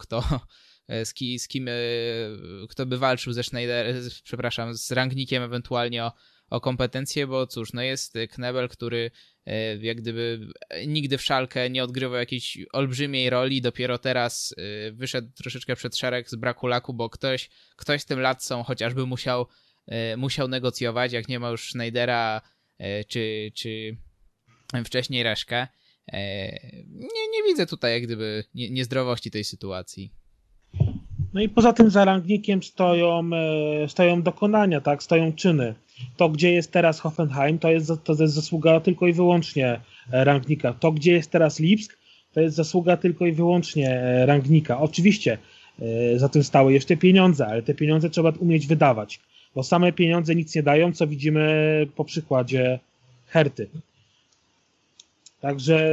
kto by walczył z Rangnickiem ewentualnie o kompetencje, bo cóż, no jest Knebel, który jak gdyby nigdy w Schalke nie odgrywał jakiejś olbrzymiej roli, dopiero teraz wyszedł troszeczkę przed szereg z braku laku, bo ktoś z tym Lazzą chociażby musiał negocjować, jak nie ma już Schneidera czy wcześniej Reszkę. Nie widzę tutaj jak gdyby niezdrowości tej sytuacji. No i poza tym za Rangnickiem stoją dokonania, tak? Stoją czyny. To, gdzie jest teraz Hoffenheim, to jest zasługa tylko i wyłącznie Rangnicka. To, gdzie jest teraz Lipsk, to jest zasługa tylko i wyłącznie Rangnicka. Oczywiście za tym stały jeszcze pieniądze, ale te pieniądze trzeba umieć wydawać, bo same pieniądze nic nie dają, co widzimy po przykładzie Herty. Także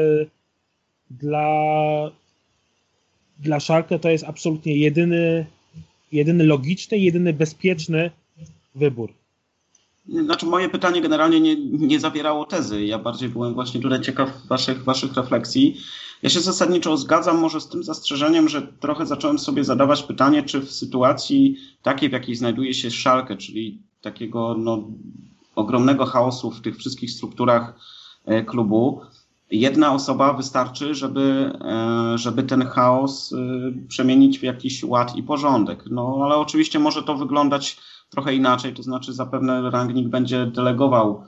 dla Schalke to jest absolutnie jedyny logiczny, jedyny bezpieczny wybór. Znaczy moje pytanie generalnie nie zawierało tezy. Ja bardziej byłem właśnie tutaj ciekaw waszych refleksji. Ja się zasadniczo zgadzam może z tym zastrzeżeniem, że trochę zacząłem sobie zadawać pytanie, czy w sytuacji takiej, w jakiej znajduje się Schalke, czyli takiego ogromnego chaosu w tych wszystkich strukturach klubu, jedna osoba wystarczy, żeby ten chaos przemienić w jakiś ład i porządek. No ale oczywiście może to wyglądać trochę inaczej, to znaczy zapewne Rangnick będzie delegował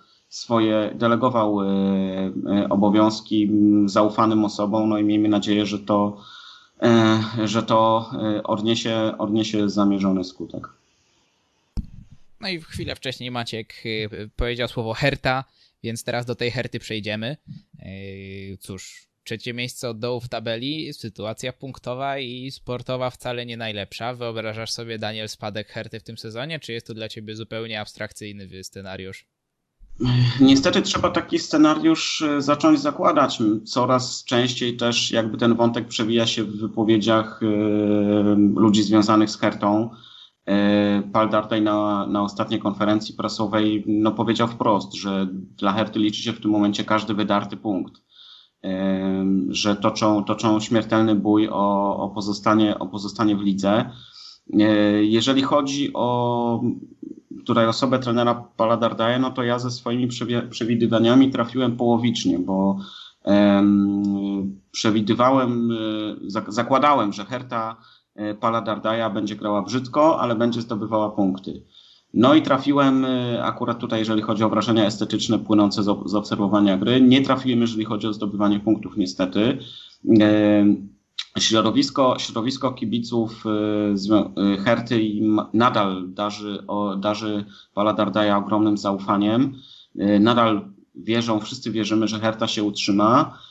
obowiązki zaufanym osobom, no i miejmy nadzieję, że to odniesie zamierzony skutek. No i chwilę wcześniej Maciek powiedział słowo Herta, więc teraz do tej Herty przejdziemy. Cóż, trzecie miejsce od dołu w tabeli, sytuacja punktowa i sportowa wcale nie najlepsza. Wyobrażasz sobie, Daniel, spadek Herty w tym sezonie, czy jest to dla ciebie zupełnie abstrakcyjny scenariusz? Niestety trzeba taki scenariusz zacząć zakładać. Coraz częściej też jakby ten wątek przewija się w wypowiedziach ludzi związanych z Hertą. Paul Dardai na ostatniej konferencji prasowej powiedział wprost, że dla Herty liczy się w tym momencie każdy wydarty punkt. Że toczą śmiertelny bój o pozostanie w lidze. Jeżeli chodzi o tutaj osobę trenera Paula Dardaia, no to ja ze swoimi przewidywaniami trafiłem połowicznie, bo zakładałem, że Herta Paula Dardaia będzie grała brzydko, ale będzie zdobywała punkty. No i trafiłem akurat tutaj, jeżeli chodzi o wrażenia estetyczne płynące z obserwowania gry. Nie trafiłem, jeżeli chodzi o zdobywanie punktów, niestety. Środowisko kibiców Herty nadal darzy Paula Dardaia ogromnym zaufaniem. Nadal wszyscy wierzymy, że Herta się utrzyma.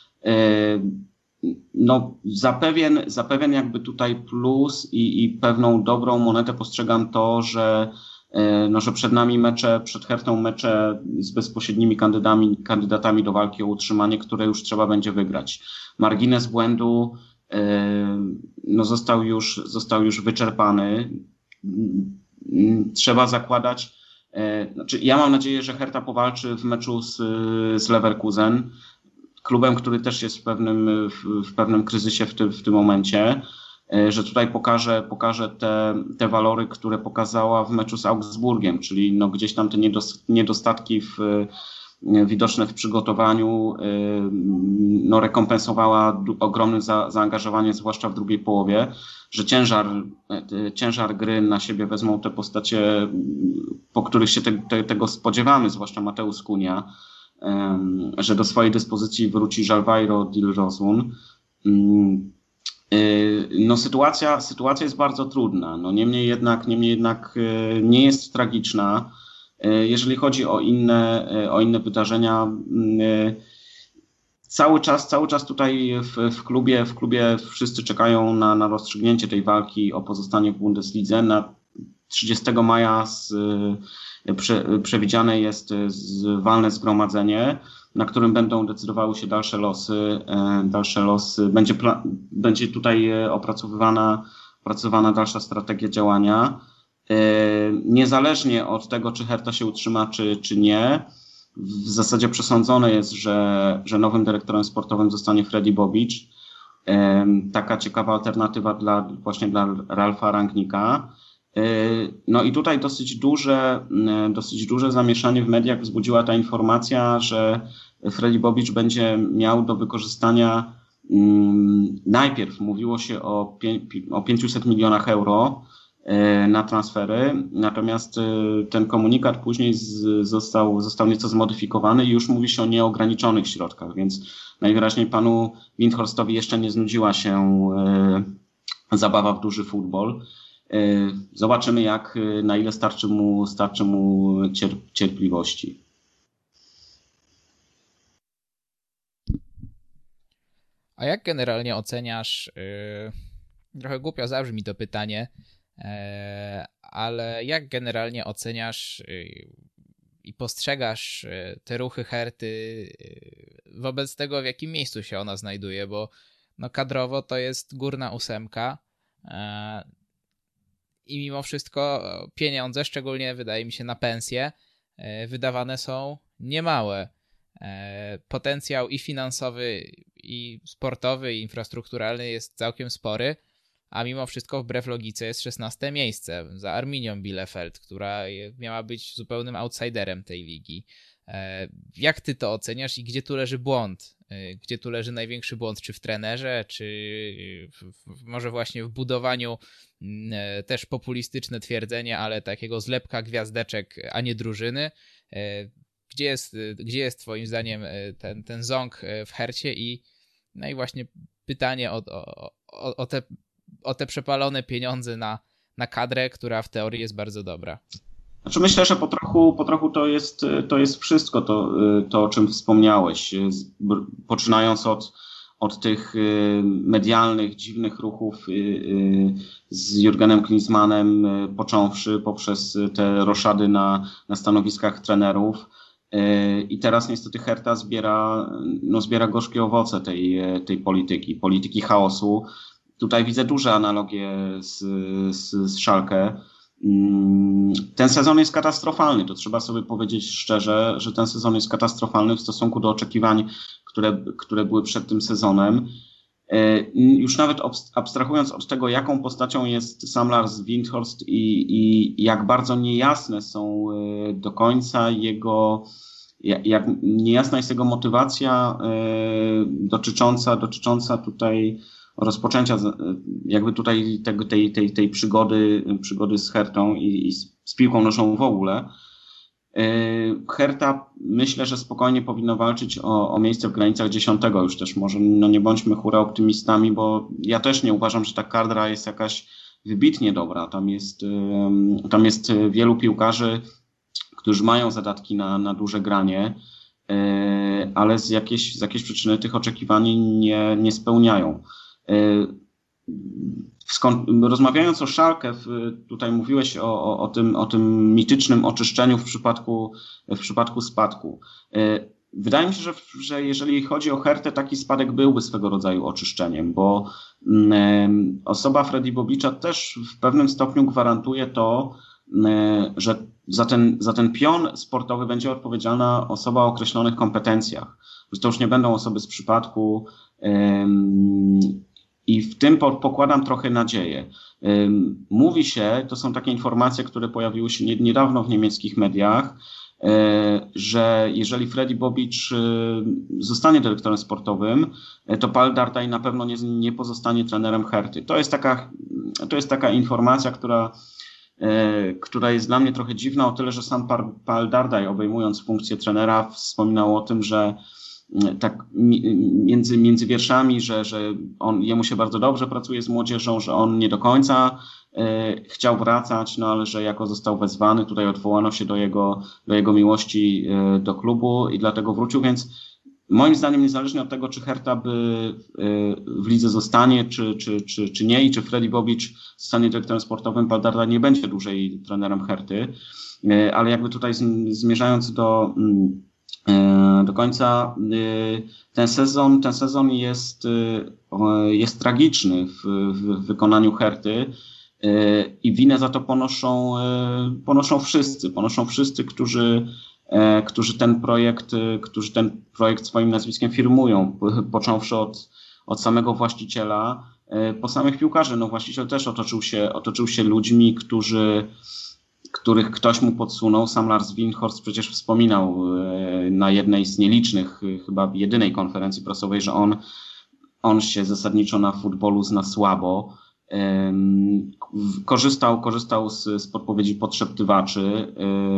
No, za pewien jakby tutaj plus i pewną dobrą monetę postrzegam to, że przed nami przed Hertą mecze z bezpośrednimi kandydatami do walki o utrzymanie, które już trzeba będzie wygrać. Margines błędu został już wyczerpany. Trzeba zakładać, ja mam nadzieję, że Herta powalczy w meczu z Leverkusen, klubem, który też jest w pewnym kryzysie w tym momencie, że tutaj pokaże te walory, które pokazała w meczu z Augsburgiem, czyli gdzieś tam te niedostatki widoczne w przygotowaniu rekompensowała ogromne zaangażowanie, zwłaszcza w drugiej połowie, że ciężar gry na siebie wezmą te postacie, po których się tego spodziewamy, zwłaszcza Mateusz Cunha, że do swojej dyspozycji wróci Žalvairo Dilrosun. Sytuacja jest bardzo trudna. Niemniej jednak nie jest tragiczna. Jeżeli chodzi o inne wydarzenia, cały czas tutaj w klubie wszyscy czekają na rozstrzygnięcie tej walki o pozostanie w Bundeslidze. Na 30 maja przewidziane jest walne zgromadzenie, na którym będą decydowały się dalsze losy. Będzie tutaj opracowywana dalsza strategia działania. Niezależnie od tego, czy Hertha się utrzyma, czy nie, w zasadzie przesądzone jest, że nowym dyrektorem sportowym zostanie Freddy Bobic. Taka ciekawa alternatywa właśnie dla Ralfa Rangnicka. No i tutaj dosyć duże zamieszanie w mediach wzbudziła ta informacja, że Freddy Bobic będzie miał do wykorzystania, najpierw mówiło się o 500 milionach euro na transfery, natomiast ten komunikat później został nieco zmodyfikowany i już mówi się o nieograniczonych środkach, więc najwyraźniej panu Windhorstowi jeszcze nie znudziła się zabawa w duży futbol. Zobaczymy, na ile starczy mu cierpliwości. A jak generalnie oceniasz, trochę głupio zabrzmi to pytanie, ale jak generalnie oceniasz i postrzegasz te ruchy Herty wobec tego, w jakim miejscu się ona znajduje, bo no kadrowo to jest górna 8 i mimo wszystko pieniądze, szczególnie wydaje mi się na pensje, wydawane są niemałe. Potencjał i finansowy, i sportowy, i infrastrukturalny jest całkiem spory, a mimo wszystko wbrew logice jest 16 miejsce za Arminią Bielefeld, która miała być zupełnym outsiderem tej ligi. Jak ty to oceniasz i gdzie tu leży błąd? Gdzie tu leży największy błąd? Czy w trenerze, czy może właśnie w budowaniu, też populistyczne twierdzenie, ale takiego zlepka gwiazdeczek, a nie drużyny? Gdzie jest twoim zdaniem ten ząg w Hercie? No i właśnie pytanie o te przepalone pieniądze na kadrę, która w teorii jest bardzo dobra. Znaczy myślę, że po trochu to jest wszystko to, o czym wspomniałeś, poczynając od tych medialnych, dziwnych ruchów z Jurgenem Klinsmannem, począwszy poprzez te roszady na stanowiskach trenerów. I teraz niestety Hertha zbiera gorzkie owoce tej polityki chaosu. Tutaj widzę duże analogie z Schalke. Ten sezon jest katastrofalny, to trzeba sobie powiedzieć szczerze, że ten sezon jest katastrofalny w stosunku do oczekiwań, które były przed tym sezonem. Już nawet abstrahując od tego, jaką postacią jest sam Lars Windhorst i jak bardzo niejasne są do końca jak niejasna jest jego motywacja dotycząca tutaj rozpoczęcia jakby tutaj tej przygody z Hertą i z piłką nożną w ogóle. Hertha myślę, że spokojnie powinno walczyć o miejsce w granicach 10. już też może, no nie bądźmy hura optymistami, bo ja też nie uważam, że ta kadra jest jakaś wybitnie dobra. Tam jest wielu piłkarzy, którzy mają zadatki na duże granie, ale z jakiejś przyczyny tych oczekiwań nie spełniają. Rozmawiając o Schalke, tutaj mówiłeś o tym mitycznym oczyszczeniu w przypadku spadku. Wydaje mi się, że jeżeli chodzi o Hertę, taki spadek byłby swego rodzaju oczyszczeniem, bo osoba Freddy Bobicza też w pewnym stopniu gwarantuje to, że za ten pion sportowy będzie odpowiedzialna osoba o określonych kompetencjach. Że to już nie będą osoby z przypadku i w tym pokładam trochę nadzieję. Mówi się, to są takie informacje, które pojawiły się niedawno w niemieckich mediach, że jeżeli Freddy Bobic zostanie dyrektorem sportowym, to Paul Dardai na pewno nie pozostanie trenerem Herty. To jest taka informacja, która jest dla mnie trochę dziwna, o tyle, że sam Paul Dardai, obejmując funkcję trenera, wspominał o tym, że tak między wierszami, że jemu się bardzo dobrze pracuje z młodzieżą, że on nie do końca chciał wracać, no ale że jako został wezwany, tutaj odwołano się do jego miłości do klubu i dlatego wrócił, więc moim zdaniem niezależnie od tego, czy Hertha by w lidze zostanie, czy nie i czy Fredi Bobic zostanie dyrektorem sportowym, Baldarda nie będzie dłużej trenerem Herty, ale jakby tutaj zmierzając do końca, ten sezon jest tragiczny w wykonaniu Herty i winę za to ponoszą wszyscy, którzy ten projekt swoim nazwiskiem firmują, począwszy od samego właściciela, po samych piłkarzy. No właściciel też otoczył się ludźmi, których ktoś mu podsunął. Sam Lars Windhorst przecież wspominał na jednej z nielicznych, chyba jedynej konferencji prasowej, że on się zasadniczo na futbolu zna słabo. Korzystał z podpowiedzi podszeptywaczy.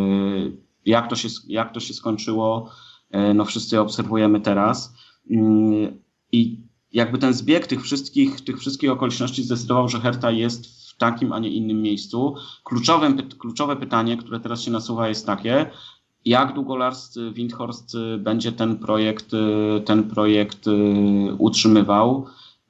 Jak to się skończyło, no wszyscy obserwujemy teraz. I jakby ten zbieg tych wszystkich okoliczności zdecydował, że Hertha jest w takim, a nie innym miejscu. Kluczowe pytanie, które teraz się nasuwa, jest takie: jak długo Lars Windhorst będzie ten projekt utrzymywał?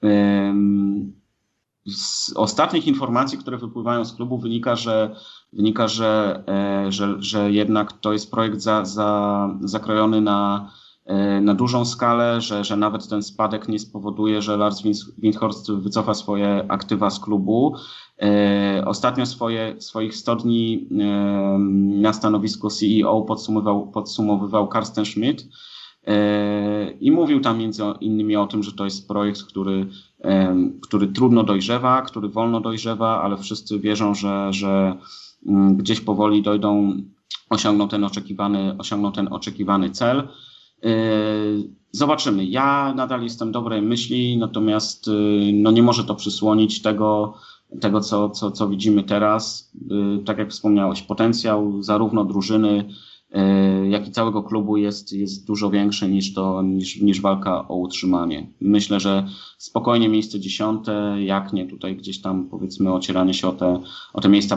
Z ostatnich informacji, które wypływają z klubu, wynika, że jednak to jest projekt zakrojony na dużą skalę, że nawet ten spadek nie spowoduje, że Lars Windhorst wycofa swoje aktywa z klubu. Ostatnio swoich 100 dni na stanowisku CEO podsumowywał Carsten Schmidt i mówił tam między innymi o tym, że to jest projekt, który trudno dojrzewa, który wolno dojrzewa, ale wszyscy wierzą, że gdzieś powoli osiągną ten oczekiwany cel. Zobaczymy. Ja nadal jestem dobrej myśli, natomiast no nie może to przysłonić tego co widzimy teraz. Tak jak wspomniałeś, potencjał zarówno drużyny, jak i całego klubu jest dużo większy niż walka o utrzymanie. Myślę, że spokojnie miejsce 10, jak nie tutaj gdzieś tam powiedzmy ocieranie się o te miejsca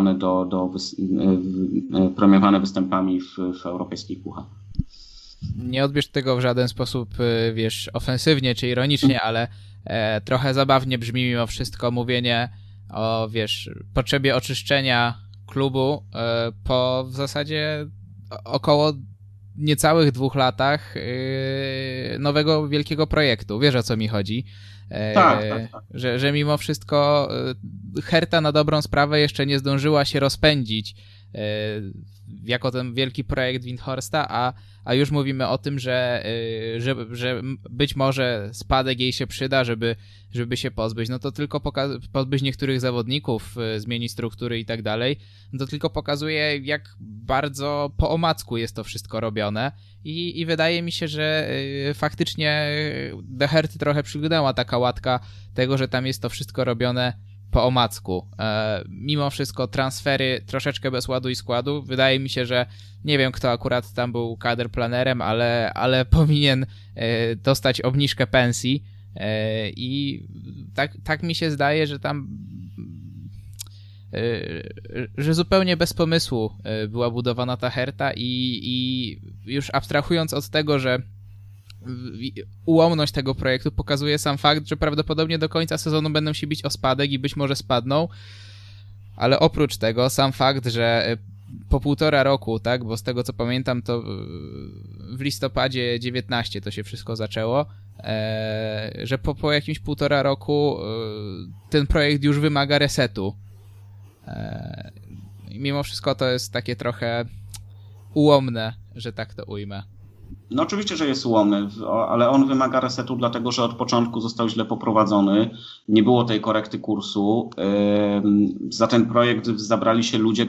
premiowane występami w europejskich pucharach. Nie odbierz tego w żaden sposób, wiesz, ofensywnie czy ironicznie, ale trochę zabawnie brzmi mimo wszystko mówienie o, wiesz, potrzebie oczyszczenia klubu po w zasadzie około niecałych 2 latach nowego wielkiego projektu. Wiesz, o co mi chodzi? Tak. Że mimo wszystko Hertha na dobrą sprawę jeszcze nie zdążyła się rozpędzić jako ten wielki projekt Windhorsta, a już mówimy o tym, że być może spadek jej się przyda, żeby się pozbyć. No to tylko pozbyć niektórych zawodników, zmienić struktury i tak dalej. No to tylko pokazuje, jak bardzo po omacku jest to wszystko robione i wydaje mi się, że faktycznie do Herty trochę przygnęła taka łatka tego, że tam jest to wszystko robione po omacku. Mimo wszystko transfery troszeczkę bez ładu i składu. Wydaje mi się, że nie wiem, kto akurat tam był kaderplanerem, ale powinien dostać obniżkę pensji i tak mi się zdaje, że tam że zupełnie bez pomysłu była budowana ta Hertha i już abstrahując od tego, że ułomność tego projektu pokazuje sam fakt, że prawdopodobnie do końca sezonu będą się bić o spadek i być może spadną, ale oprócz tego sam fakt, że po 1,5 roku, tak, bo z tego co pamiętam to w listopadzie 19 to się wszystko zaczęło, że po jakimś 1,5 roku ten projekt już wymaga resetu. Mimo wszystko to jest takie trochę ułomne, że tak to ujmę. No oczywiście, że jest ułomny, ale on wymaga resetu dlatego, że od początku został źle poprowadzony, nie było tej korekty kursu. Za ten projekt zabrali się ludzie,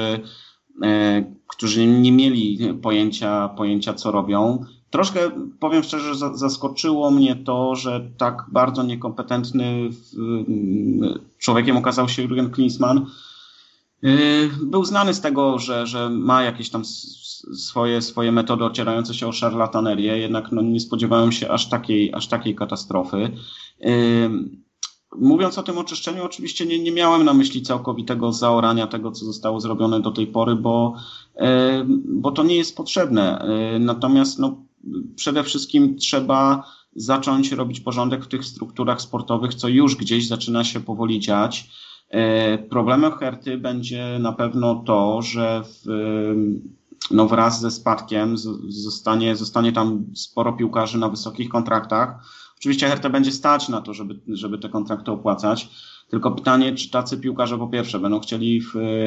którzy nie mieli pojęcia co robią. Troszkę, powiem szczerze, zaskoczyło mnie to, że tak bardzo niekompetentny człowiekiem okazał się Jürgen Klinsmann. Był znany z tego, że ma jakieś tam swoje metody ocierające się o szarlatanerię, jednak no, nie spodziewałem się aż takiej katastrofy. Mówiąc o tym oczyszczeniu, oczywiście nie miałem na myśli całkowitego zaorania tego, co zostało zrobione do tej pory, bo to nie jest potrzebne. Natomiast no, przede wszystkim trzeba zacząć robić porządek w tych strukturach sportowych, co już gdzieś zaczyna się powoli dziać. Problemem Herty będzie na pewno to, że wraz ze spadkiem zostanie tam sporo piłkarzy na wysokich kontraktach. Oczywiście Hertę będzie stać na to, żeby te kontrakty opłacać. Tylko pytanie, czy tacy piłkarze po pierwsze będą chcieli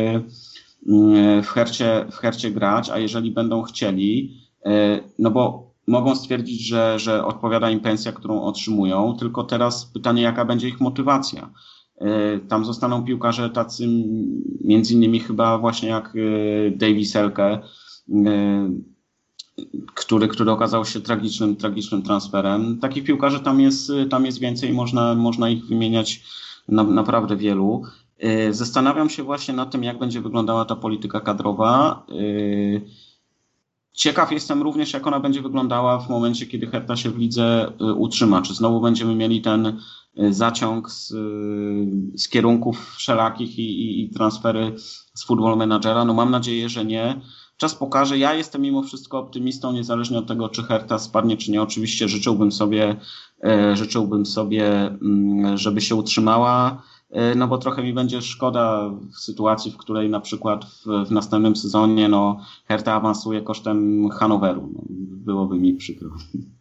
w Hercie grać, a jeżeli będą chcieli, no bo mogą stwierdzić, że odpowiada im pensja, którą otrzymują, tylko teraz pytanie, jaka będzie ich motywacja. Tam zostaną piłkarze tacy, między innymi chyba właśnie jak Davy Selke, który okazał się tragicznym transferem. Takich piłkarzy tam jest więcej, można ich wymieniać naprawdę wielu. Zastanawiam się właśnie nad tym, jak będzie wyglądała ta polityka kadrowa. Ciekaw jestem również, jak ona będzie wyglądała w momencie, kiedy Herta się w lidze utrzyma. Czy znowu będziemy mieli ten zaciąg z kierunków wszelakich i transfery z Football Managera? No mam nadzieję, że nie. Czas pokaże. Ja jestem mimo wszystko optymistą, niezależnie od tego, czy Herta spadnie, czy nie. Oczywiście życzyłbym sobie, żeby się utrzymała, no bo trochę mi będzie szkoda w sytuacji, w której na przykład w następnym sezonie Herta awansuje kosztem Hanoweru. Byłoby mi przykro.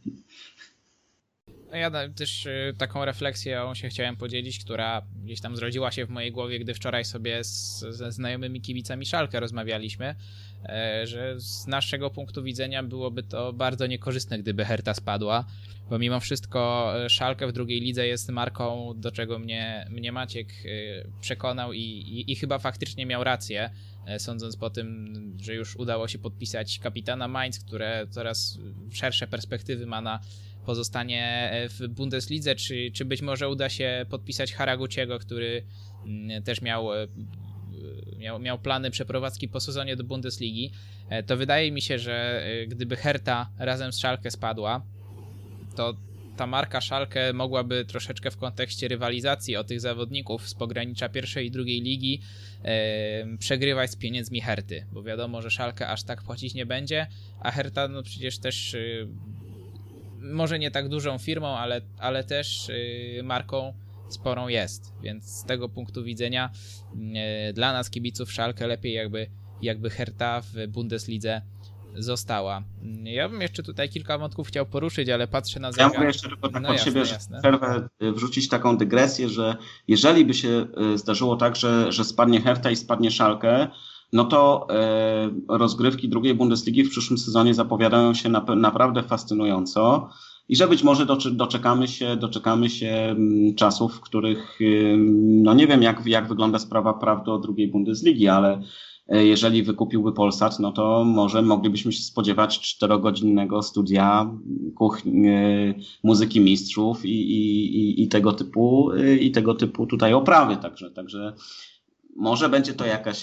Ja też taką refleksją się chciałem podzielić, która gdzieś tam zrodziła się w mojej głowie, gdy wczoraj sobie ze znajomymi kibicami Schalke rozmawialiśmy, że z naszego punktu widzenia byłoby to bardzo niekorzystne, gdyby Herta spadła, bo mimo wszystko Schalke w drugiej lidze jest marką, do czego mnie Maciek przekonał i chyba faktycznie miał rację, sądząc po tym, że już udało się podpisać kapitana Mainz, które coraz szersze perspektywy ma na pozostanie w Bundeslidze, czy być może uda się podpisać Haraguchiego, który też miał plany przeprowadzki po sezonie do Bundesligi, to wydaje mi się, że gdyby Herta razem z Schalke spadła, to ta marka Schalke mogłaby troszeczkę w kontekście rywalizacji o tych zawodników z pogranicza pierwszej i drugiej ligi przegrywać z pieniędzmi Herty, bo wiadomo, że Schalke aż tak płacić nie będzie, a Herta no przecież też może nie tak dużą firmą, ale też marką sporą jest, więc z tego punktu widzenia dla nas kibiców Schalke lepiej jakby Herta w Bundeslidze została. Ja bym jeszcze tutaj kilka wątków chciał poruszyć, ale patrzę na zegar. Ja mogę jeszcze tylko tak od siebie przerwę wrzucić taką dygresję, że jeżeli by się zdarzyło tak, że spadnie Herta i spadnie Schalke, no to rozgrywki drugiej Bundesligi w przyszłym sezonie zapowiadają się naprawdę fascynująco i że być może doczekamy się czasów, w których no nie wiem jak wygląda sprawa prawdy o drugiej Bundesligi, ale jeżeli wykupiłby Polsat, no to może moglibyśmy się spodziewać 4-godzinnego studia muzyki mistrzów i tego typu tutaj oprawy, także może będzie to jakaś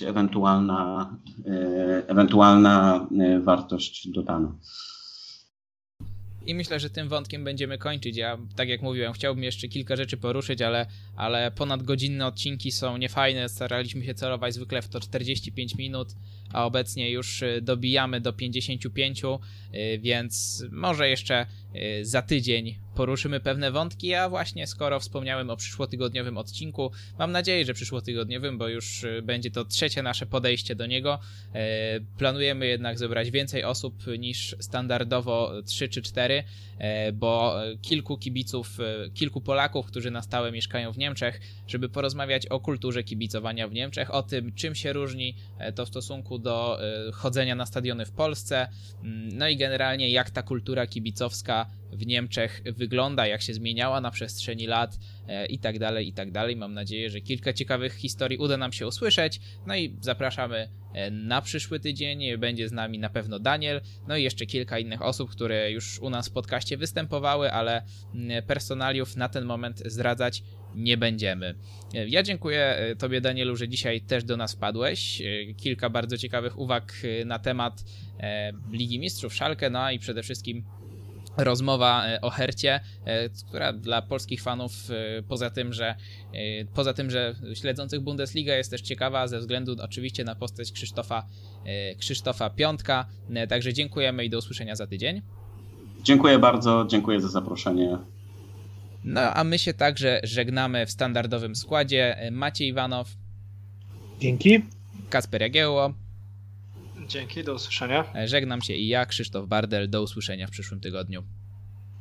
ewentualna wartość dodana. I myślę, że tym wątkiem będziemy kończyć. Ja, tak jak mówiłem, chciałbym jeszcze kilka rzeczy poruszyć, ale ponadgodzinne odcinki są niefajne. Staraliśmy się celować zwykle w to 45 minut, a obecnie już dobijamy do 55, więc może jeszcze za tydzień poruszymy pewne wątki, a właśnie skoro wspomniałem o przyszłotygodniowym odcinku, mam nadzieję, że przyszłotygodniowym, bo już będzie to trzecie nasze podejście do niego. Planujemy jednak zebrać więcej osób niż standardowo 3 czy 4, bo kilku kibiców, kilku Polaków, którzy na stałe mieszkają w Niemczech, żeby porozmawiać o kulturze kibicowania w Niemczech, o tym, czym się różni to w stosunku do chodzenia na stadiony w Polsce, no i generalnie jak ta kultura kibicowska w Niemczech wygląda, jak się zmieniała na przestrzeni lat i tak dalej, i tak dalej. Mam nadzieję, że kilka ciekawych historii uda nam się usłyszeć. No i zapraszamy na przyszły tydzień. Będzie z nami na pewno Daniel, no i jeszcze kilka innych osób, które już u nas w podcaście występowały, ale personaliów na ten moment zdradzać nie będziemy. Ja dziękuję Tobie, Danielu, że dzisiaj też do nas wpadłeś. Kilka bardzo ciekawych uwag na temat Ligi Mistrzów Schalke, no i przede wszystkim rozmowa o Hercie, która dla polskich fanów poza tym, że śledzących Bundesligę jest też ciekawa ze względu oczywiście na postać Krzysztofa Piątka. Także dziękujemy i do usłyszenia za tydzień. Dziękuję bardzo, dziękuję za zaproszenie. No a my się także żegnamy w standardowym składzie. Maciej Iwanow. Dzięki. Kasper Jagiełło. Dzięki, do usłyszenia. Żegnam się i ja, Krzysztof Bardel. Do usłyszenia w przyszłym tygodniu.